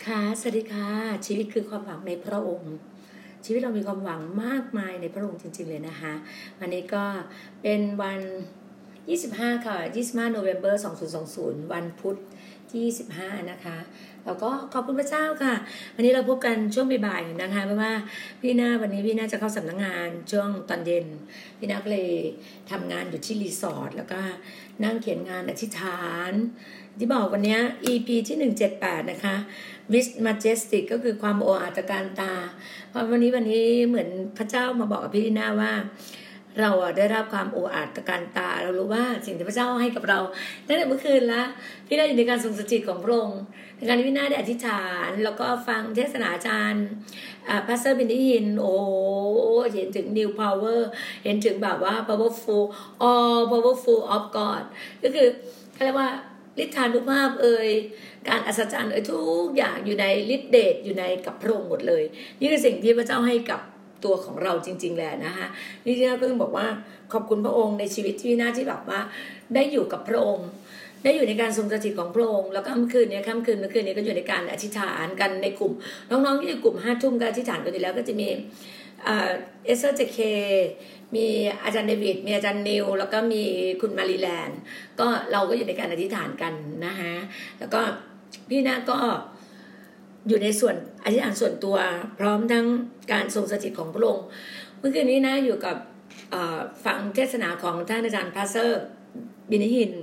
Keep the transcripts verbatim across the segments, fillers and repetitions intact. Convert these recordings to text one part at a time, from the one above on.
ค่ะสวัสดีค่ะชีวิตคือความหวังในพระองค์ชีวิตเรามีความหวังมากมายในพระองค์จริงๆเลยนะคะวันนี้ก็เป็นวันยี่สิบห้าค่ะยี่สิบห้าโนเวมเบอร์สองพันยี่สิบวันพุธที่ยี่สิบห้านะคะแล้วก็ขอบคุณพระเจ้าค่ะวันนี้เราพบกันช่วงบ่ายๆนะคะเพราะว่าพี่นาวันนี้พี่นาจะเข้าสำนักงานช่วงตอนเย็นพี่นาก็เลยทำงานอยู่ที่รีสอร์ทแล้วก็นั่งเขียนงานอธิษฐานที่บอกวันนี้ อี พี ที่หนึ่งร้อยเจ็ดสิบแปดนะคะ With Majestic ก็คือความโอ้อาจการตาเพราะวันนี้วันนี้เหมือนพระเจ้ามาบอกกับพี่นาว่าเราได้รับความโอ้อาจการตาเรารู้ว่าสิ่งที่พระเจ้าให้กับเราตั้งแต่เมื่อคืนแล้วพี่นาอยู่ในการทรงสถิตของพระองค์ในการที่พี่นาได้อธิษฐานแล้วก็ฟังเทศนาอาจารย์พาสเตอร์บินดี้ฮินโอ้เห็นถึง New Power เห็นถึงแบบว่า powerful all powerful of God ก็คือเขาเรียกว่าฤทธานุภาพเอ่ยการอัศจรรย์เอ่ยทุกอย่างอยู่ในฤทธิเดชอยู่ในกับพระองค์หมดเลยนี่คือสิ่งที่พระเจ้าให้กับตัวของเราจริงๆแหละนะคะนี่ที่น่าก็ต้องบอกว่าขอบคุณพระองค์ในชีวิตที่น่าที่แบบว่าได้อยู่กับพระองค์ได้อยู่ในการทรงสถิตของพระองค์แล้วก็เมื่อคืนนี้ค่ำคืนเมื่อคืนนี้ก็อยู่ในการอธิษฐานกันในกลุ่มน้องๆที่อยู่กลุ่มห้าทุ่มก็อธิษฐานกันอยู่แล้วก็จะมีเอสเซอร์เจเคมีอาจารย์เดวิดมีอาจารย์นิวแล้วก็มีคุณมารีแลนด์ก็เราก็อยู่ในการอธิษฐานกันนะคะแล้วก็พี่นาก็อยู่ในส่วนอธิษฐานส่วนตัวพร้อมทั้งการทรงสถิตของพระองค์เมื่อคืนนี้นะอยู่กับฟังเทศนาของท่านอาจารย์พาสเตอร์บินหิน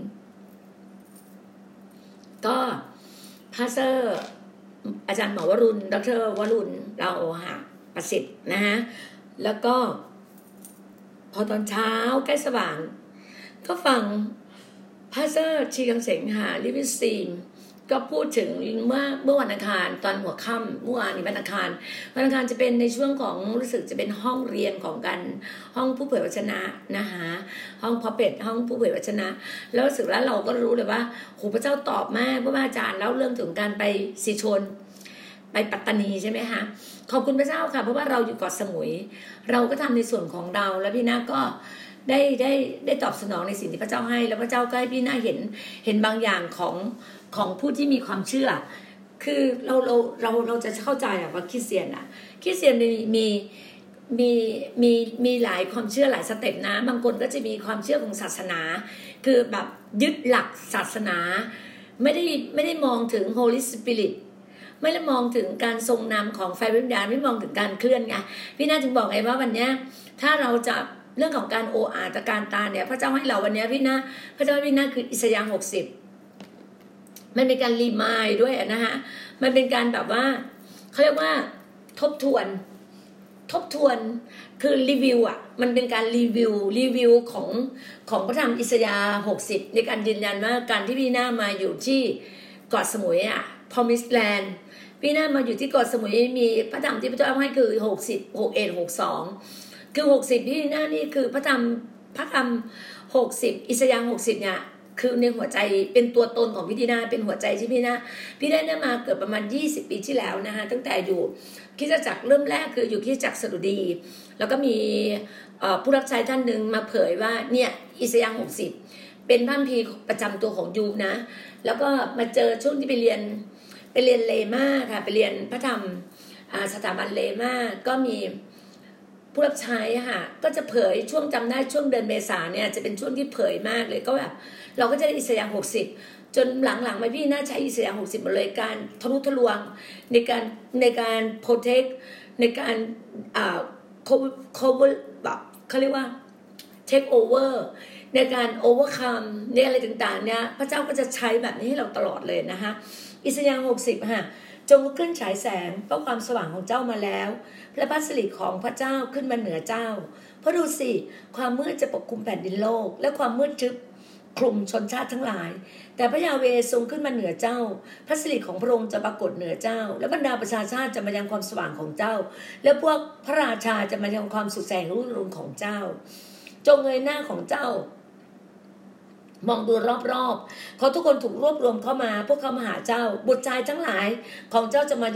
ก็พาสเตอร์อาจารย์หมอวรุณดรวรุณเราหาประสิทธิ์นะฮะแล้วก็พอตอนเช้าใกล้สว่างก็ฟังพาสเตอร์ชีกังเสงหาลิวิซีมก็พูดถึงเมื่อเมื่อวันอังคารตอนหัวค่ำเมื่อวานนี้วันอังคารวันอังคารจะเป็นในช่วงของรู้สึกจะเป็นห้องเรียนของกันห้องผู้เผยวจนะนะคะห้องพอเป็ดห้องผู้เผยวจนะแล้วรู้สึกแล้วเราก็รู้เลยว่าโหพระเจ้าตอบมากเพราะว่าอาจารย์เล่าเรื่องถึงการไปสีชนไปปัตตานีใช่ไหมคะขอบคุณพระเจ้าค่ะเพราะว่าเราอยู่เกาะสมุยเราก็ทำในส่วนของเราแล้วพี่นาก็ได้ได้ได้ตอบสนองในสิ่งที่พระเจ้าให้แล้วพระเจ้าก็ให้พี่นาเห็นเห็นบางอย่างของของผู้ที่มีความเชื่อคือเราเราเราเราจะเข้าใจอะว่าคริสเตียนอะคริสเตียนมีมีมีมีมีหลายความเชื่อหลายสเต็ปนะบางคนก็จะมีความเชื่อของศาสนาคือแบบยึดหลักศาสนาไม่ได้ไม่ได้มองถึง Holy Spiritไม่ได้มองถึงการทรงนำของไฟวิญญาณไม่มองถึงการเคลื่อนไงพี่น่าถึงบอกไงว่าวันนี้ถ้าเราจะเรื่องของการโออาตการตาเนี่ยพระเจ้าให้เราวันนี้พี่น่าพระเจ้าให้พี่น่าคืออิสยาห์หกสิบมันเป็นการรีมายด์ด้วยนะฮะมันเป็นการแบบว่าเขาเรียกว่าทบทวนทบทวนคือรีวิวอ่ะมันเป็นการรีวิวรีวิวของของพระธรรมอิสยาห์หกสิบในการยืนยันว่าการที่พี่น่ามาอยู่ที่เกาะสมุยอ่ะPromised Land พี่น่ามาอยู่ที่เกาะสมุยมีพระธรรมที่พระเจ้าให้คือหกสิบ หกสิบเอ็ด หกสิบสองคือหกสิบพี่น่านี่คือพระธรรมพระธรรมหกสิบอิสยาห์หกสิบเนี่ยคือในหัวใจเป็นตัวตนของพี่น่าเป็นหัวใจที่พี่น่าพี่ได้มาเกิดประมาณยี่สิบปีที่แล้วนะคะตั้งแต่อยู่คริสตจักรเริ่มแรกคืออยู่คริสตจักรสดุดีแล้วก็มีผู้รับใช้ท่านนึงมาเผยว่าเนี่ยอิสยาห์หกสิบเป็นพระคัมภีร์ประจำตัวของยูนะแล้วก็มาเจอช่วงที่ไปเรียนไปเรียนเลม่าค่ะไปเรียนพระธรรมสถาบันเลม่าก็มีผู้รับใช้ค่ะก็จะเผยช่วงจำได้ช่วงเดือนเมษาเนี่ยจะเป็นช่วงที่เผยมากเลยก็แบบเราก็จะได้อิสยาห์หกสิบจนหลังๆมาพี่น่าใช้อิสยาห์หกสิบหมดเลยการทะลุทะลวงในการในการโปรเทคในการอ่าโคโคเวอร์แบบเขาเรียกว่าเทคโอเวอร์ในการโอเวอร์คัมในอะไรต่างๆเนี่ยพระเจ้าก็จะใช้แบบนี้ให้เราตลอดเลยนะคะอิสยาห์หกสิบค่ะจงลุกขึ้นฉายแสงเพราะความสว่างของเจ้ามาแล้วพระพัสดุของพระเจ้าขึ้นมาเหนือเจ้าเพราะดูสิความมืดจะปกคลุมแผ่นดินโลกและความมืดทึบคลุมชนชาติทั้งหลายแต่พระยาเวห์ทรงขึ้นมาเหนือเจ้าพระสิริของพระองค์จะปรากฏเหนือเจ้าและบรรดาประชาชาติจะมายังความสว่างของเจ้าและพวกพระราชาจะมายังความสุขแสงรุ่งเรืองของเจ้าจงเงยหน้าของเจ้ามองดูรอบๆเพราะทุกคนถูกรวบรวมเข้ามาพวกเขามาหาเจ้าบุตรชายทั้งหลายของเจ้าจะมาอยาก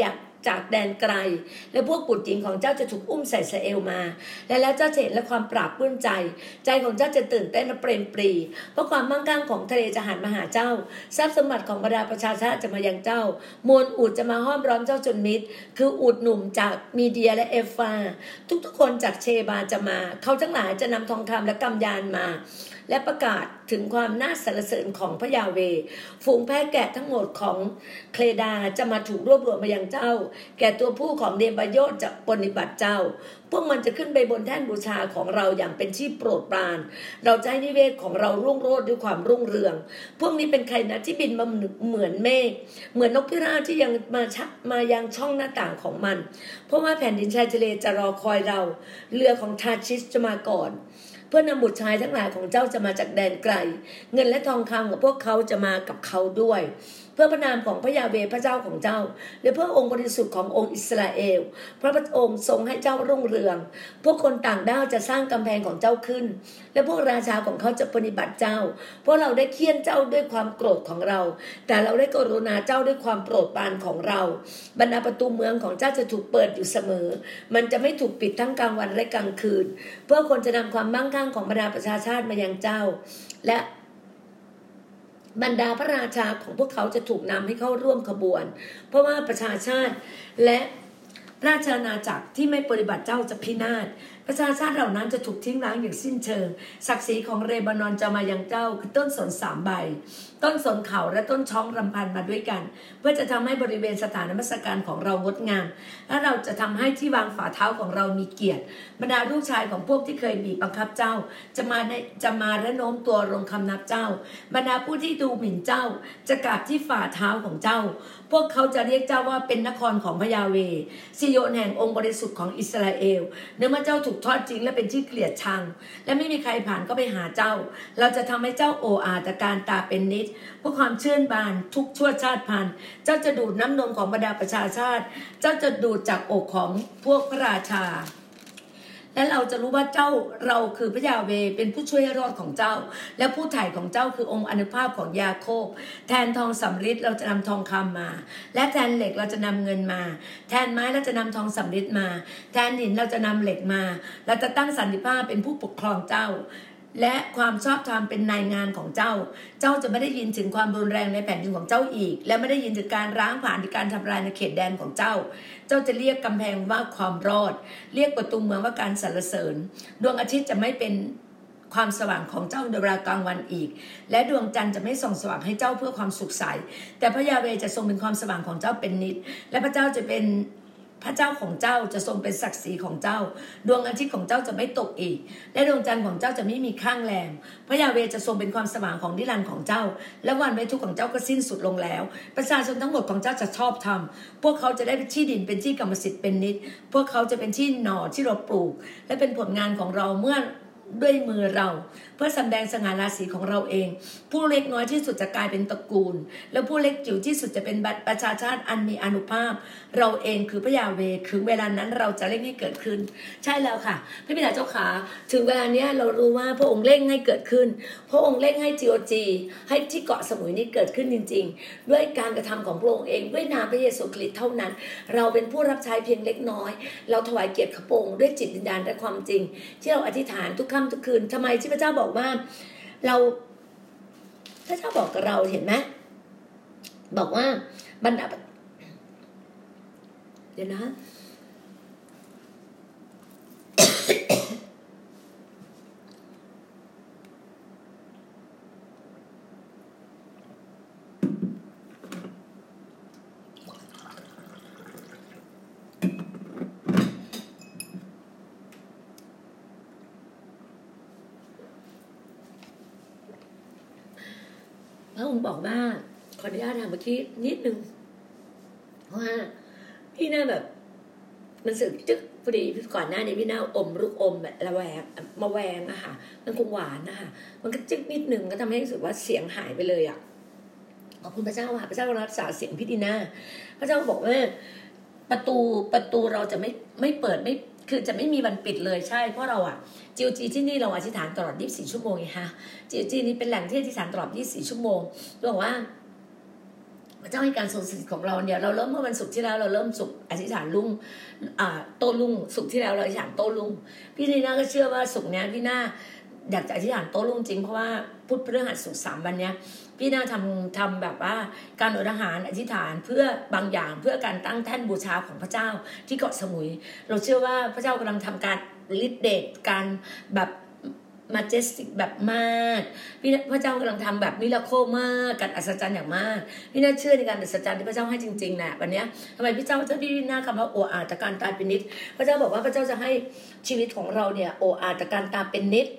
จากแดนไกลและพวกบุตรหญิงของเจ้าจะถูกอุ้มใส่สเอลมาและแล้วเจ้าจะเห็นและความปราบปลื้มใจใจของเจ้าจะตื่นเต้นและเปรมปรีเพราะความมั่งคั่งของทะเลจะหันมาหาเจ้าทรัพย์สมบัติของบรรดาประชาชาติจะมายังเจ้ามวลอูฐจะมาห้อมล้อมเจ้าจนมิดคืออูฐหนุ่มจากมีเดียและเอฟาทุกๆคนจากเชบาจะมาเขาทั้งหลายจะนำทองคำและกำยานมาและประกาศถึงความน่าสรรเสริญของพระยาเวห์ฝูงแพะแกะทั้งหมดของเคลดาจะมาถูกรวบรวมมายังเจ้าแก่ตัวผู้ของเดบาโยชจะปฏิบัติเจ้าพวกมันจะขึ้นไปบนแท่นบูชาของเราอย่างเป็นที่โปรดปรานเราจะให้นิเวศของเรารุ่งโรจน์ด้วยความรุ่งเรืองพวกนี้เป็นใครนะที่บินมาเหมือนเมฆเหมือนนกพิราบที่ยังมาชักมายังช่องหน้าต่างของมันเพราะว่าแผ่นดินชายทะเลจะรอคอยเราเรือของทาชิสจะมาก่อนเพื่อนำบุตรชายทั้งหลายของเจ้าจะมาจากแดนไกลเงินและทองคำของพวกเขาจะมากับเขาด้วยเพื่อพระนามของพระยาเวห์พระเจ้าของเจ้าและเพื่อองค์บริสุทธิ์ขององค์อิสราเอลพระพระองค์ทรงให้เจ้ารุ่งเรืองพวกคนต่างด้าวจะสร้างกำแพงของเจ้าขึ้นและพวกราชาของเขาจะปฏิบัติเจ้าเพราะเราได้เคี่ยนเจ้าด้วยความโกรธของเราแต่เราได้กรุณาเจ้าด้วยความโปรดปรานของเราบรรดาประตูเมืองของเจ้าจะถูกเปิดอยู่เสมอมันจะไม่ถูกปิดทั้งกลางวันและกลางคืนเพื่อคนจะนำความมั่งคั่งของบรรดาประชาชาติมายังเจ้าและบรรดาพระราชาของพวกเขาจะถูกนำให้เข้าร่วมขบวนเพราะว่าประชาชาติและราชอาณาจักรที่ไม่ปฏิบัติเจ้าจะพินาศประชาชาติเหล่านั้นจะถูกทิ้งร้างอย่างสิ้นเชิงศักดิ์ศรีของเรบานอนจะมายังเจ้าคือต้นสนสามใบต้นสนเขาและต้นช้องรำพันมาด้วยกันเพื่อจะทำให้บริเวณสถานนมัสการของเรางดงามและเราจะทำให้ที่วางฝ่าเท้าของเรามีเกียรติบรรดาลูกชายของพวกที่เคยบีบบังคับเจ้าจะมาในจะมาและโน้มตัวลงคำนับเจ้าบรรดาผู้ที่ดูหมิ่นเจ้าจะกราบที่ฝ่าเท้าของเจ้าพวกเขาจะเรียกเจ้าว่าเป็นนครของพระยาเวห์ซิโยนแห่งองค์บริสุทธิ์ของอิสราเอลเนื่องจากเจ้าถูกทอดทิ้งและเป็นที่เกลียดชังและไม่มีใครผ่านก็ไปหาเจ้าเราจะทำให้เจ้าโออาตการตาเป็นนิดเพราะความเชื่อบานทุกชั่วชาติพันธุ์เจ้าจะดูดน้ำนมของบรรดาประชาชาติเจ้าจะดูดจากอกของพวกพระราชาและเราจะรู้ว่าเจ้าเราคือพระยาเวห์เป็นผู้ช่วยให้รอดของเจ้าและผู้ไถ่ของเจ้าคือองค์อานุภาพของยาโคบแทนทองสำริดเราจะนำทองคำมาและแทนเหล็กเราจะนำเงินมาแทนไม้เราจะนำทองสำริดมาแทนหินเราจะนำเหล็กมาเราจะตั้งสันติภาพเป็นผู้ปกครองเจ้าและความชอบธรรมเป็นนายงานของเจ้าเจ้าจะไม่ได้ยินถึงความรุนแรงในแผ่นดินของเจ้าอีกและไม่ได้ยินถึงการร้างผ่านในการทำลายในเขตแดนของเจ้าเจ้าจะเรียกกำแพงว่าความรอดเรียกประตูเมืองว่าการสรรเสริญดวงอาทิตย์จะไม่เป็นความสว่างของเจ้าในเวลากลางวันอีกและดวงจันทร์จะไม่ส่องสว่างให้เจ้าเพื่อความสุขใสแต่พระยาเวห์จะทรงเป็นความสว่างของเจ้าเป็นนิจและพระเจ้าจะเป็นพระเจ้าของเจ้าจะทรงเป็นศักดิ์ศรีของเจ้าดวงอาทิตย์ของเจ้าจะไม่ตกอีกและดวงจันทร์ของเจ้าจะไม่มีข้างแรมพระยาเวห์จะทรงเป็นความสว่างของนิรันดร์ของเจ้าและวันไว้ทุกข์ของเจ้าก็สิ้นสุดลงแล้วประชาชนทั้งหมดของเจ้าจะชอบธรรมพวกเขาจะได้ที่ดินเป็นที่กรรมสิทธิ์เป็นนิจพวกเขาจะเป็นที่หน่อที่เราปลูกและเป็นผลงานของเราเมื่อด้วยมือเราเพื่อแสดงสง่าราศีของเราเองผู้เล็กน้อยที่สุดจะกลายเป็นตระกูลและผู้เล็กจิ๋วที่สุดจะเป็นประชาชาติอันมีอานุภาพเราเองคือพระยาเวห์คือเวลานั้นเราจะเร่งให้เกิดขึ้นใช่แล้วค่ะพระบิดาเจ้าขาถึงเวลาเนี้ยเรารู้ว่าพระองค์เร่งให้เกิดขึ้นพระองค์เร่งให้ จี โอ จี ให้ที่เกาะสมุยนี้เกิดขึ้นจริงๆด้วยการกระทำของพระองค์เองด้วยนามพระเยซูคริสต์เท่านั้นเราเป็นผู้รับใช้เพียงเล็กน้อยเราถวายเกียรติพระองค์ด้วยจิตวิญญาณและความจริงที่เราอธิษฐานทุกค่ำทุกคืนทำไมที่พระเจ้าบอกว่าเราพระเจ้าบอกกับเราเห็นไหมบอกว่าบรรดาเดี๋ยวนะพระองค์บอกว่าขออนุญาตถามเมื่อกี้นิดนึงว่าพี่น่าแบบมันสึกจึ๊กพอดีก่อนหน้านี้พี่น่าอมลูกอมแบบระแวงมาแวงอะค่ะมันคงหวานนะคะมันก็จึ๊กนิดนึงก็ทำให้รู้สึกว่าเสียงหายไปเลยอะขอบคุณพระเจ้าค่ะพระเจ้ารักษาเสียงพี่ดีน่าพระเจ้าบอกว่าประตูประตูเราจะไม่ไม่เปิดไม่คือจะไม่มีวันปิดเลยใช่เพราะเราอะจี โอ จี ที่นี่เราอธิษฐานตลอดยี่สิบสี่ชั่วโมงไงคะจี โอ จี นี่เป็นแหล่งที่อธิษฐานตลอดยี่สิบสี่ชั่วโมงบอกว่าพระเจ้าให้การทรงสถิตของเราเนี่ยเราเริ่มเมื่อวันศุกร์ที่แล้วเราเริ่มศุกร์อธิษฐานรุ่งอ่าโต้รุ่งศุกร์ที่แล้วเราอธิษฐานโต้รุ่งพี่นีน่าก็เชื่อว่าศุกร์นี้พี่น่าอยากจะอธิษฐานโต้รุ่งจริงเพราะว่าพุธพฤหัสศุกร์สามวันเนี้ยพี่น่าทำทำแบบว่าการอดอาหารอธิษฐานเพื่อบางอย่างเพื่อการตั้งแท่นบูชาของพระเจ้าที่เกาะสมุยเราเชื่อว่าพระเจ้ากำลังทำการฤทธิ์เดชการแบบมาเจสติกแบบมากพี่พระเจ้ากำลังทำแบบมิราโคลมากการอัศจรรย์อย่างมากพี่น่าเชื่อในการอัศจรรย์ที่พระเจ้าให้จริงๆนะวันนี้ทำไมพระเจ้าจะพี่น่าคำว่าโออาจากการตายเป็นนิดพระเจ้าบอกว่าพระเจ้าจะให้ชีวิตของเราเนี่ยโออาจากการตายเป็นนิด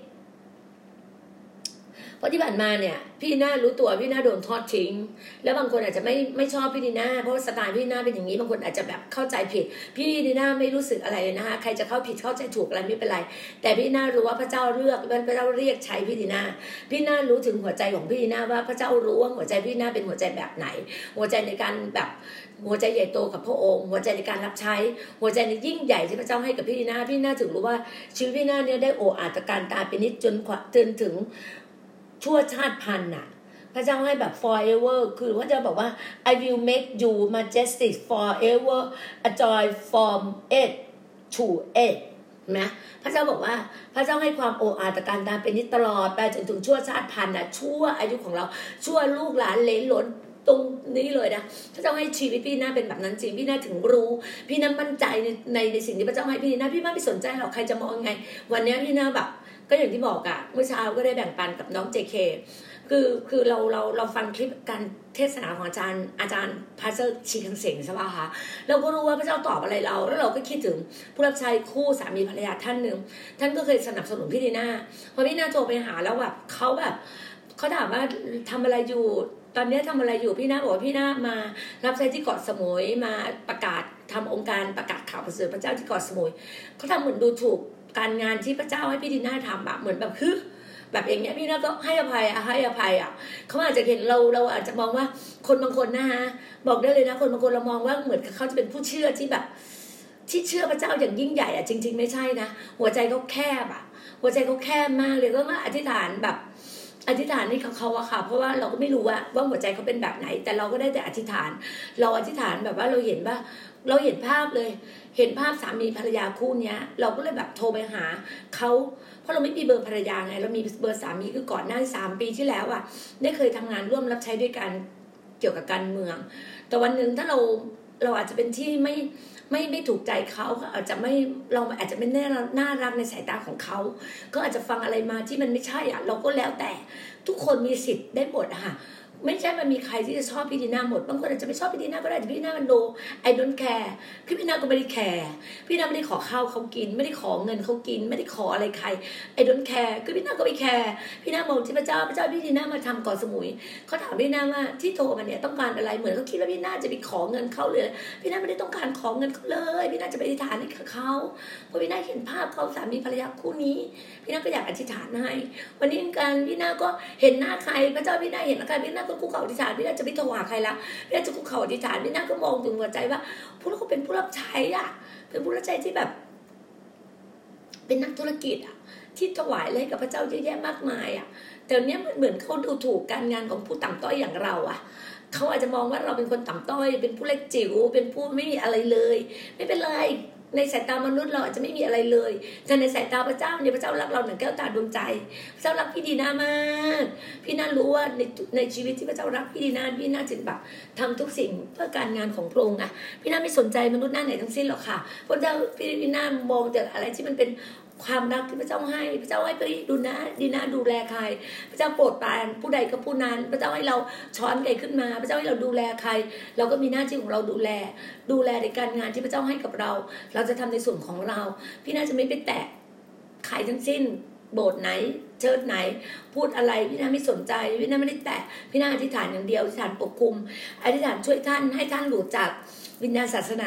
เพราะที่ผ่านมาเนี่ยพี่น่ารู้ตัวพี่น่าโดนทอดทิ้งแล้วบางคนอาจจะไม่ไม่ชอบพี่ดีน่าเพราะสไตล์พี่น่าเป็นอย่างนี้บางคนอาจจะแบบเข้าใจผิดพี่ดีน่าไม่รู้สึกอะไรเลยนะคะใครจะเข้าผิดเข้าใจถูกอะไรไม่เป็นไรแต่พี่น่ารู้ว่าพระเจ้าเลือกพระเจ้าเรียกใช้พี่ดีน่าพี่น่ารู้ถึงหัวใจของพี่ดีน่าว่าพระเจ้ารู้ว่าหัวใจพี่น่าเป็นหัวใจแบบไหนหัวใจในการแบบหัวใจใหญ่โตกับพระองค์หัวใจในการรับใช้หัวใจในยิ่งใหญ่ที่พระเจ้าให้กับพี่ดีน่าพี่น่าถึงรู้ว่าชีวิตพี่น่าเนี่ยได้โออาจากการตายเป็นนิดจนจนถึงชั่วชาติพันธุ์น่ะพระเจ้าให้แบบ forever คือพระเจ้าบอกว่า I will make you majestic forever a joy from it to it นะพระเจ้าบอกว่าพระเจ้าให้ความโอ้อาจากการตามเป็นนิจตลอดไปจนถึงชั่วชาติพันธุ์น่ะชั่วอายุของเราชั่วลูกหลานเหลนหลนตรงนี้เลยนะพระเจ้าให้ชีวิตพี่น่าเป็นแบบนั้นจริงพี่น่าถึงรู้พี่น่ามั่นใจในในในสิ่งที่พระเจ้าให้พี่น่าพี่น่าไม่สนใจหรอกใครจะมองไงวันนี้พี่น่าแบบก็อย่างที่บอกอะเมื่อเช้าก็ได้แบ่งปันกับน้อง เจ เค คือคือเราเราเราฟังคลิปการเทศนาของอาจารย์อาจารย์พาสเตอร์ชีคังเสงใช่ป่ะคะเราก็รู้ว่าพระเจ้าตอบอะไรเราแล้วเราก็คิดถึงผู้รับใช้คู่สามีภรรยาท่านหนึ่งท่านก็เคยสนับสนุนพี่ดีน่าพอพี่น่าโทรไปหาแล้วแบบเขาแบบเขาถามว่าทำอะไรอยู่ตอนนี้ทำอะไรอยู่พี่น่าบอกว่าพี่น่ามารับใช้ที่เกาะสมุยมาประกาศทำองค์การประกาศข่าวประเสริฐพระเจ้าที่เกาะสมุยเขาทำเหมือนดูถูกการงานที่พระเจ้าให้พี่ดีน่าทำอะเหมือนแบบฮึแบบอย่างเงี้ยพี่น่าก็ให้อภัยอะให้อภัยอะเขาอาจจะเห็นเราเราอาจจะมองว่าคนบางคนนะฮะบอกได้เลยนะคนบางคนเรามองว่าเหมือนเขาจะเป็นผู้เชื่อที่แบบที่เชื่อพระเจ้าอย่างยิ่งใหญ่อะจริงๆไม่ใช่นะหัวใจเขาแคบอะหัวใจเขาแคบมากเลยก็มาอธิษฐานแบบอธิษฐานให้เขาอะค่ะเพราะว่าเราก็ไม่รู้ว่าว่าหัวใจเขาเป็นแบบไหนแต่เราก็ได้แต่อธิษฐานเราอธิษฐานแบบว่าเราเห็นว่าเราเห็นภาพเลยเห็นภาพสามีภรรยาคู่นี้เราก็เลยแบบโทรไปหาเขาเพราะเราไม่มีเบอร์ภรรยาไงเรามีเบอร์สามีคือก่อนหน้าสามปีที่แล้วอ่ะได้เคยทำงานร่วมรับใช้ด้วยกันเกี่ยวกับการเมืองแต่วันหนึ่งถ้าเราเราอาจจะเป็นที่ไม่ไม่ไม่ถูกใจเขาอาจจะไม่เราอาจจะไม่แน่น่ารักในสายตาของเขาก็อาจจะฟังอะไรมาที่มันไม่ใช่อ่ะเราก็แล้วแต่ทุกคนมีสิทธิ์ได้หมดค่ะไม่ใช่มันมีใครที่จะชอบพี่ดีน่าหมดบางคนอาจจะไม่ชอบพี่ดีน่าก็ได้แต่พี่ดีน่ามันโล I don't care พี่ดีน่าก็ไม่ได้แคร์พี่ดีน่าไม่ได้ขอข้าวเขากินไม่ได้ขอเงินเขากินไม่ได้ขออะไรใคร I don't care คือพี่ดีน่าก็ไม่แคร์พี่ดีน่ามองที่พระเจ้าพระเจ้าพี่ดีน่ามาทำเกาะสมุยเขาถามพี่ดีน่าว่าที่โทรมาเนี่ยต้องการอะไรเหมือนเขาคิดว่าพี่ดีน่าจะไปขอเงินเขาเลยพี่ดีน่าไม่ได้ต้องการขอเงินเขาเลยพี่ดีน่าจะไปอธิษฐานให้กับเขาเพราะพี่ดีน่าเห็นภาพเขาสามีภรรยาคู่นี้พี่ดีน่าก็อยากอธิษฐานให้วันนี้การพี่ดีน่าก็เห็นหน้าใครพระเจ้าพี่ดีน่าเห็นหน้าใครพี่ดีน่าคุกเข่าอธิษฐานพี่น่าจะไม่ถวายใครละพี่น่าจะคุกเข่าอธิษฐานพี่น่าก็มองถึงหัวใจว่าผู้เราเป็นผู้รับใช้อ่ะเป็นผู้รับใช้ที่แบบเป็นนักธุรกิจอ่ะที่ถวายอะไรกับพระเจ้าเยอะแยะมากมายอ่ะแต่เนี้ยเหมือนเขาดูถูกการงานของผู้ต่ำต้อยอย่างเราอ่ะเขาอาจจะมองว่าเราเป็นคนต่ำต้อยเป็นผู้เล็กจิ๋วเป็นผู้ไม่มีอะไรเลยไม่เป็นไรในสายตามนุษย์เราอาจจะไม่มีอะไรเลยแต่ในสายตาพระเจ้าเนี่ยพระเจ้ารักเราเหมือนแก้วตาดวงใจพระเจ้ารักพี่ดีน่ามากพี่น่ารู้ว่าในในชีวิตที่พระเจ้ารักพี่ดีน่าพี่น่าจึงแบบทำทุกสิ่งเพื่อการงานของพระองค์อะพี่น่าไม่สนใจมนุษย์หน้าไหนทั้งสิ้นหรอกค่ะพระเจ้าพี่ดีน่ามองแต่อะไรที่มันเป็นความรักที่พระเจ้าให้พระเจ้าให้ไปดูนะดีนะดูแลใครพระเจ้าโปรดปรานผู้ใดก็ผู้นั้นพระเจ้าให้เราช้อนใครขึ้นมาพระเจ้าให้เราดูแลใครเราก็มีหน้าที่ของเราดูแลดูแลในการงานที่พระเจ้าให้กับเราเราจะทำในส่วนของเราพี่น่าจะไม่ไปแตะใครทั้งสิ้นโบสถ์ไหนเชิดไหนพูดอะไรพี่น่าไม่สนใจพี่น่าไม่ได้แตะพี่น่าอธิษฐานอย่างเดียวอธิษฐานปกคุมอธิษฐานช่วยท่านให้ท่านหลุดจากวิญญาณศาสนา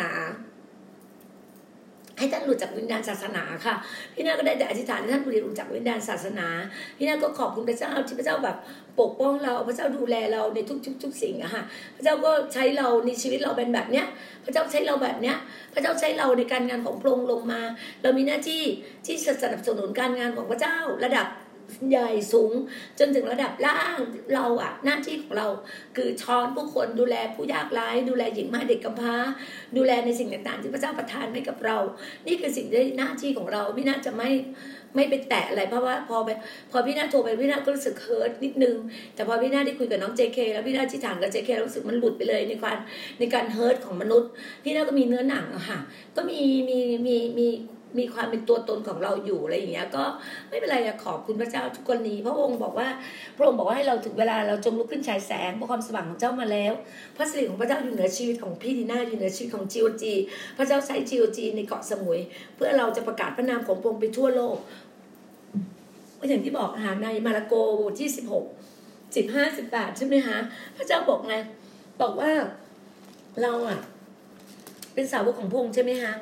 ให้ท่านหลุดจากวิญญาณศาสนาค่ะพี่นาก็ได้แต่อธิษฐานให้ท่านหลุดจากวิญญาณศาสนาพี่นาก็ขอบคุณพระเจ้าที่พระเจ้าแบบปกป้องเราพระเจ้าดูแลเราในทุกๆทุกสิ่งอะค่ะพระเจ้าก็ใช้เราในชีวิตเราเป็นแบบเนี้ยพระเจ้าใช้เราแบบเนี้ยพระเจ้าใช้เราในการงานของพระองค์ลงมาเรามีหน้าที่ที่จะสนับสนุนการงานของพระเจ้าระดับใหญ่สูงจนถึงระดับล่างเราอะหน้าที่ของเราคือช้อนผู้คนดูแลผู้ยากไร้ดูแลหญิงม่ายเด็กกำพร้าดูแลในสิ่งต่างๆที่พระเจ้าประทานให้กับเรานี่คือสิ่งที่หน้าที่ของเราพี่น่าจะไม่ไม่ไปแตะอะไรเพราะว่าพอไปพอพี่น่าโทรไปพี่น่าก็รู้สึกเฮิร์ตนิดนึงแต่พอพี่น่าได้คุยกับน้อง เจ เค แล้วพี่น่าที่ถามกับ เจ เค รู้สึกมันหลุดไปเลยในการในการเฮิร์ตของมนุษย์พี่น่าก็มีเนื้อหนังอะค่ะก็มีมีมีมีมีความเป็นตัวตนของเราอยู่อะไรอย่างเงี้ยก็ไม่เป็นไรขอบคุณพระเจ้าทุกคนนี้พระองค์บอกว่าพระองค์บอกว่าให้เราถึงเวลาเราจงลุกขึ้นฉายแสงเพราะความสว่างของเจ้ามาแล้วพระสิริของพระเจ้าอยู่เหนือชีวิตของพี่ดีน่าอยู่เหนือชีวิตของ จี โอ จี พระเจ้าใช้ จี โอ จี ในเกาะสมุยเพื่อเราจะประกาศพระนามของพระองค์ไปทั่วโลกก็อย่างที่บอกหาในมาระโกบทที่สิบหก สิบห้า สิบแปดใช่ไหมคะพระเจ้าบอกไงบอกว่าเราอ่ะเป็นสาวกของพระองค์ใช่ไหมคะ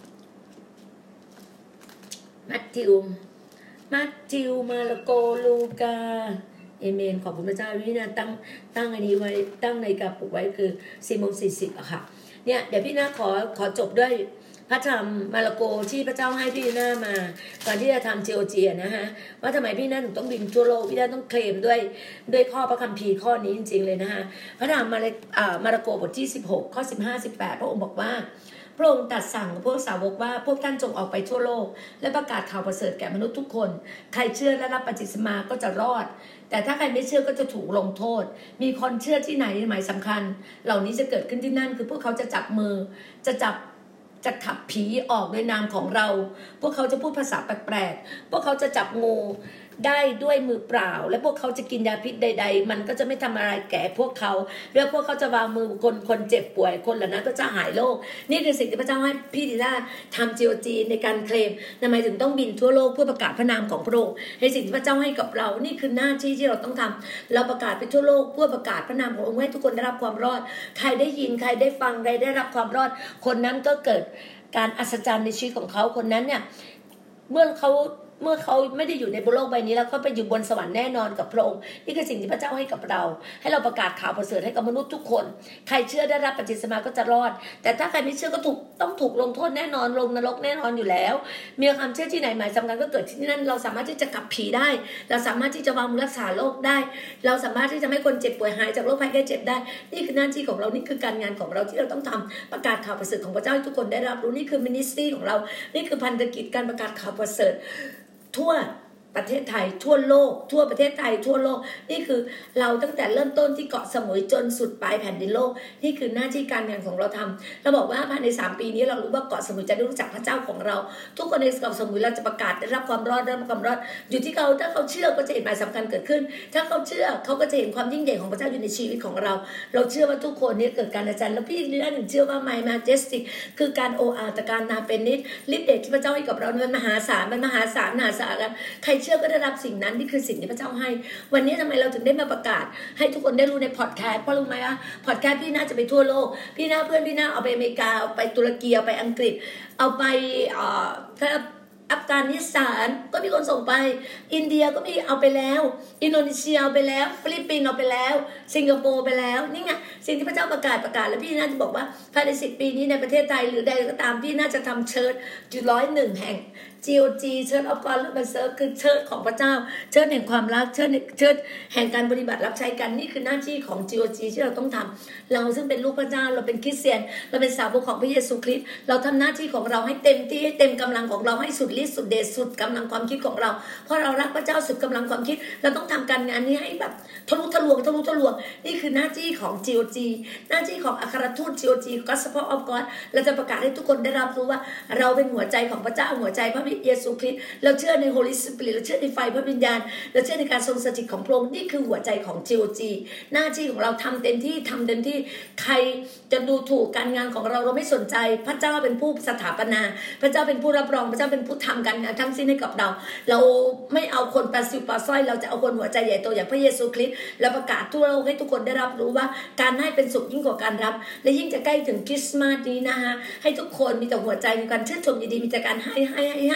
มัทธิวมัทธิวมาระโกลูกาเอเมนขอบคุณพระเจ้าพี่นาตั้งตั้งอันนี้ไว้ตั้งในกระปุกไว้คือสี่โมงสี่สิบอะค่ะเนี่ยเดี๋ยวพี่นาขอขอจบด้วยพระธรรมมาระโกที่พระเจ้าให้พี่นามาก่อนที่จะทำ จี โอ จี นะฮะว่าทำไมพี่นาถึงต้องบินทั่วโลกพี่นาต้องเคลมด้วยด้วยข้อพระคัมภีร์ข้อนี้จริงๆเลยนะฮะพระธรรมมาระอ่ามาระโกบทที่สิบหกข้อสิบห้า สิบแปดพระองค์บอกว่าพระองค์ตรัสสั่งกับพวกสาวกว่าพวกท่านจงออกไปทั่วโลกและประกาศข่าวประเสริฐแก่มนุษย์ทุกคนใครเชื่อและรับบัพติศมาก็จะรอดแต่ถ้าใครไม่เชื่อก็จะถูกลงโทษมีคนเชื่อที่ไหนหมายสำคัญเหล่านี้จะเกิดขึ้นที่นั่นคือพวกเขาจะจับมือจะจับจะขับผีออกในนามของเราพวกเขาจะพูดภาษาแปลกๆพวกเขาจะจับงูได้ด้วยมือเปล่าและพวกเขาจะกินยาพิษใดๆมันก็จะไม่ทำอะไรแก่พวกเขาแล้วพวกเขาจะวางมือคนคนเจ็บป่วยคนเหล่านั้นก็จะหายโรคนี่คือสิ่งที่พระเจ้าให้พี่ดีน่าทำ จี โอ จี ในการเคลมทำไมถึงต้องบินทั่วโลกเพื่อประกาศพระนามของพระองค์ให้สิ่งที่พระเจ้าให้กับเรานี่คือหน้าที่ที่เราต้องทำเราประกาศไปทั่วโลกเพื่อประกาศพระนามขององค์ให้ทุกคนได้รับความรอดใครได้ยินใครได้ฟังใครได้รับความรอดคนนั้นก็เกิดการอัศจรรย์ในชีวิตของเขาคนนั้นเนี่ยเมื่อเขาเมื่อเขาไม่ได้อยู่ในบนโลกใบนี้แล้วเขาไปอยู่บนสวรรค์แน่นอนกับพระองค์นี่คือสิ่งที่พระเจ้าให้กับเราให้เราประกาศข่าวประเสริฐให้กับมนุษย์ทุกคนใครเชื่อได้รับบัพติศมาก็จะรอดแต่ถ้าใครไม่เชื่อก็ถูกต้องถูกลงโทษแน่นอนลงนรกแน่นอนอยู่แล้วมีความเชื่อที่ไหนหมายสำคัญก็เกิดที่นั่นเราสามารถที่จะขับผีได้เราสามารถที่จะวางมือรักษาโรคได้เราสามารถที่จะให้คนเจ็บป่วยหายจากโรคภัยแค่เจ็บได้นี่คือหน้าที่ของเรานี่คือการงานของเราที่เราต้องทำประกาศข่าวประเสริฐของพระเจ้าให้ทุกคนได้รับรู้นี่คือมินิสทรีของเรานี่คือพันธกิจการประกาศข่าวประเสริฐทั่วประเทศไทยทั่วโลกทั่วประเทศไทยทั่วโลกนี่คือเราตั้งแต่เริ่มต้นที่เกาะสมุยจนสุดปลายแผ่นดินโลกนี่คือหน้าที่การงานของเราทำเราบอกว่าภายในสามปีนี้เรารู้ว่าเกาะสมุยจะได้รู้จักพระเจ้าของเราทุกคนในเกาะสมุยเราจะประกาศได้รับความรอดได้รับความรอดอยู่ที่เขาถ้าเขาเชื่อก็จะเห็นหมายสำคัญเกิดขึ้นถ้าเขาเชื่อเขาก็จะเห็นความยิ่งใหญ่ของพระเจ้าอยู่ในชีวิตของเราเราเชื่อว่าทุกคนนี้เกิดการอาจารย์แล้วพี่เรื่องหนึ่งเชื่อว่า My Majestic คือการโออาตการนาเป็นนิดฤทธิ์เดชที่พระเจ้าให้กับเรามันมหาศาลมันมหาศาลมหาศาลกันใครเชื่อก็ได้รับสิ่งนั้นนี่คือสิ่งที่พระเจ้าให้วันนี้ทำไมเราถึงได้มาประกาศให้ทุกคนได้รู้ในพอดแคสต์เพราะรู้ไหมว่าพอดแคสต์พี่น่าจะไปทั่วโลกพี่น่าเพื่อนพี่น่าเอาไปอเมริกาเอาไปตุรกีเอาไปอังกฤษเอาไปเอ่ออัฟกานิสถานก็มีคนส่งไปอินเดียก็มีเอาไปแล้วอินโดนีเซียเอาไปแล้วฟิลิปปินส์เอาไปแล้วสิงคโปร์ไปแล้วนี่ไงสิ่งที่พระเจ้าประกาศประกาศแล้วพี่น่าจะบอกว่าภายในสิบปีนี้ในประเทศไทยหรือใดก็ตามพี่น่าจะทำเชิร์ชจุดร้อยหนึ่งแห่ง จี โอ จี เชิร์ชออฟกอดและบันเซิร์ฟคือเชิร์ชของพระเจ้าเชิร์ชแห่งความรักเชิร์ชเชิร์ชแห่งการปฏิบัติรับใช้กันนี่คือหน้าที่ของ จี โอ จี ที่เราต้องทำเราซึ่งเป็นลูกพระเจ้าเราเป็นคริสเตียนเราเป็นสาวกของพระเยซูคริสต์เราทำหน้าที่ของเราให้เต็มที่ให้เต็มกำลังของเราให้สุดฤทธิ์สุดเดชสุดกำลังความคิดของเราเพราะเรารักพระเจ้าสุดกำลังความคิดเราต้องทำการงานนี้ให้แบบทะลุทะลวงทะลุทะลวงนี่คือหน้าที่ของ จี โอ จี หน้าที่ของอัครทูต จี โอ จี Gospel of God เราจะประกาศให้ทุกคนได้รับรู้ว่าเราเป็นหัวใจของพระเจ้าหัวใจพระเยซูคริสต์เราเชื่อใน Holy Spirit เราเชื่อในไฟพระวิญญาณเราเชื่อในการทรงสถิตของพระองค์นี่คือหัวใจของ จี โอ จี หน้าที่ของเราทำเต็มที่ทำเต็มที่ใครจะดูถูกการงานของเราเราไม่สนใจพระเจ้าเป็นผู้สถาปนาพระเจ้าเป็นผู้รับรองพระเจ้าเป็นผู้ทำการงานทั้งสิ้นให้กับเราเราไม่เอาคนปลาซิวปลาสร้อยเราจะเอาคนหัวใจใหญ่โตอย่างพระเยซูคริสต์และประกาศทั่วโลกให้ทุกคนได้รับรู้ว่าการให้เป็นสุขยิ่งกว่าการรับและยิ่งจะใกล้ถึงคริสต์มาสนี้นะคะให้ทุกคนมีแต่หัวใจในการชื่นชมยินดีมีแต่การให้ให้ให้ให้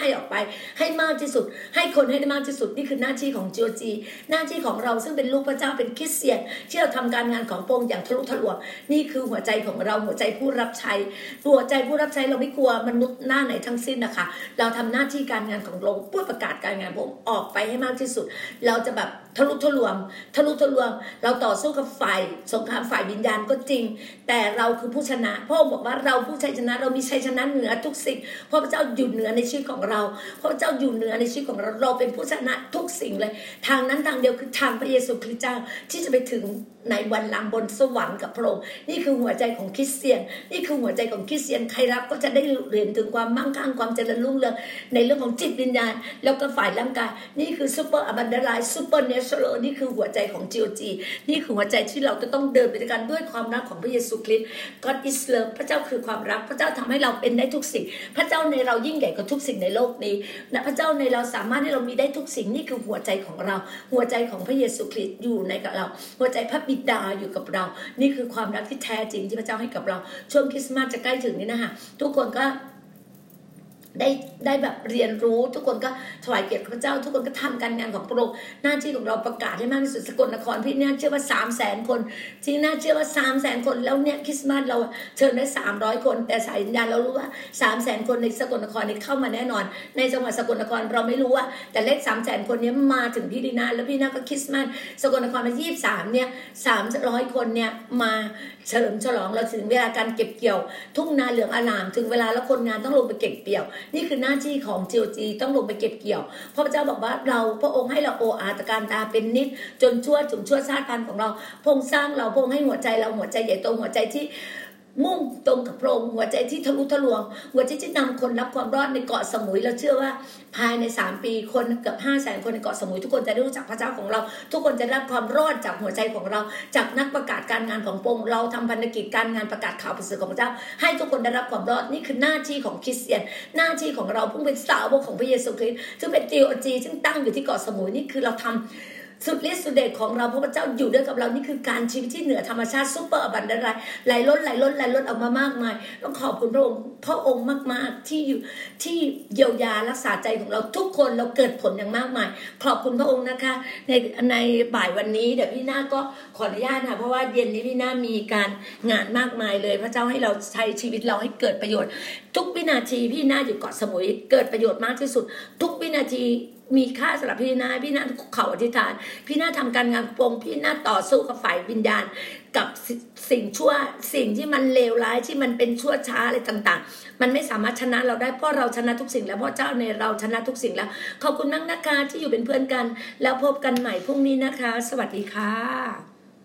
ให้ออกไปให้มากที่สุดให้คนให้ได้มากที่สุดนี่คือหน้าที่ของ จี โอ จี หน้าที่ของเราซึ่งเป็นลูกพระเจ้าเป็นคริสเตียนที่เราทำการงานของพระองค์อย่างทะลุทะลวงนี่คือหัวใจของเราหัวใจผู้รับใช้หัวใจผู้รับใช้เราไม่กลัวมนุษย์หน้าไหนทั้งสิ้นนะคะเราทำหน้าที่การงานของเราพูดประกาศการงานพระองค์ออกไปให้มากที่สุดเราจะแบบทะลุทะลวงทะลุทะลวงเราต่อสู้กับฝ่ายสงครามฝ่ายวิญญาณก็จริงแต่เราคือผู้ชนะพระองค์บอกว่าเราผู้ชัยชนะเรามีชัยชนะเหนือทุกสิ่งเพราะพระเจ้าอยู่เหนือในชีวิตของเราเพราะพระเจ้าอยู่เหนือในชีวิตของเราเราเป็นผู้ชนะทุกสิ่งเลยทางนั้นทางเดียวคือทางพระเยซูคริสต์เจ้าที่จะไปถึงในวันหลังบนสวรรค์กับพระองค์นี่คือหัวใจของคริสเตียนนี่คือหัวใจของคริสเตียนใครรับก็จะได้เรียนถึงความมั่งคั่งความเจริญรุ่งเรืองในเรื่องของจิตวิญญาณแล้วก็ฝ่ายร่างกายนี่คือซูเปอร์อับันดาไลซ์ซูเปอร์เนเชอรัลนี่คือหัวใจของ จี โอ จี นี่คือหัวใจที่เราจะต้องเดินไปด้วยกันด้วยความรักของพระเยซูคริสต์ God is love พระเจ้าคือความรักพระเจ้าทำให้เราเป็นได้ทุกสิ่งพระเจ้าในเรายิ่งใหญ่กว่าทุกสิ่งในโลกนี้นะพระเจ้าในเราสามารถให้เรามีได้ทุกสิ่งนี่คือหัวใจของเราหัวใจของพระเยซูคริสต์อยู่ในกับเราหัวใจพระบิดาอยู่กับเรานี่คือความรักที่แท้จริงที่พระเจ้าให้กับเราช่วงคริสต์มาสจะใกล้ถึงนี้นะคะทุกคนก็ได้ได้แบบเรียนรู้ทุกคนก็ถวายเกียรติพระเจ้าทุกคนก็ทำการงานของพระองค์หน้าที่ของเราประกาศให้มากที่สุดสกลนครพี่เนี่ยเชื่อว่าสามแสนคนที่น่าเชื่อว่าสามแสนคนแล้วเนี่ยคริสต์มาสเราเชิญได้สามร้อยคนแต่สายวิญญาณเรารู้ว่าสามแสนคนในสกลนครนี่เข้ามาแน่นอนในจังหวัดสกลนครเราไม่รู้ว่าแต่เลขสามแสนคนนี้มาถึงพี่ดีนาแล้วพี่นาก็คริสต์มาสสกลนครมายี่สิบสามเนี่ยสามร้อยคนเนี่ยมาเฉลิมฉลองเราถึงเวลาการเก็บเกี่ยวทุ่งนาเหลืองอลามถึงเวลาแล้วคนงานต้องลงไปเก็บเกี่ยวนี่คือหน้าที่ของ จี โอ จี ต้องลงไปเก็บเกี่ยวเพราะพระเจ้าบอกว่าเราพระองค์ให้เราโออาตการตาเป็นนิดจนชั่วถึงชั่วชาติพันธุ์ของเราพระองค์สร้างเราพระองค์ให้หัวใจเราหัวใจใหญ่โตหัวใจที่มุ่งตรงกับพระองค์หัวใจที่ทะลุทะลวงหัวใจที่นำคนรับความรอดในเกาะสมุยเราเชื่อว่าภายในสามปีคนเกือบห้าแสนคนในเกาะสมุยทุกคนจะได้รู้จักพระเจ้าของเราทุกคนจะได้รับความรอดจากหัวใจของเราจากนักประกาศการงานของพระองค์เราทำพันธกิจการงานประกาศข่าวประเสริฐของพระเจ้าให้ทุกคนได้รับความรอดนี่คือหน้าที่ของคริสเตียนหน้าที่ของเราเพิ่งเป็นสาวกของพระเยซูคริสต์ซึ่งเป็น จี โอ จี ซึ่งตั้งอยู่ที่เกาะสมุยนี่คือเราทำสุดฤทธิ์สุดเดชของเราเพราะพระเจ้าอยู่ด้วยกับเรานี่คือการชีวิตที่เหนือธรรมชาติซุปเปอร์อบันดาไลท์ไหลล้นไหลล้นไหลล้นออกมามากมายต้องขอบคุณพระองค์พระองค์มากๆที่อยู่ที่เยียวยารักษาใจของเราทุกคนเราเกิดผลอย่างมากมายขอบคุณพระองค์นะคะในในบ่ายวันนี้เดี๋ยวพี่นาก็ขออนุญาตนะเพราะว่าเย็นนี้พี่นามีการงานมากมายเลยพระเจ้าให้เราใช้ชีวิตเราให้เกิดประโยชน์ทุกวินาทีพี่นาอยู่เกาะสมุยเกิดประโยชน์มากที่สุดทุกวินาทีมีค่าสำหรับพี่นาพี่นาเข่าอธิษฐานพี่นาทำการงานปงพี่นาต่อสู้กับฝ่ายวิญญาณกับสิ่งชั่วสิ่งที่มันเลวร้ายที่มันเป็นชั่วช้าอะไรต่างๆมันไม่สามารถชนะเราได้เพราะเราชนะทุกสิ่งแล้วเพราะเจ้าในเราชนะทุกสิ่งแล้วขอบคุณมากนะคะที่อยู่เป็นเพื่อนกันแล้วพบกันใหม่พรุ่งนี้นะคะสวัสดีค่ะ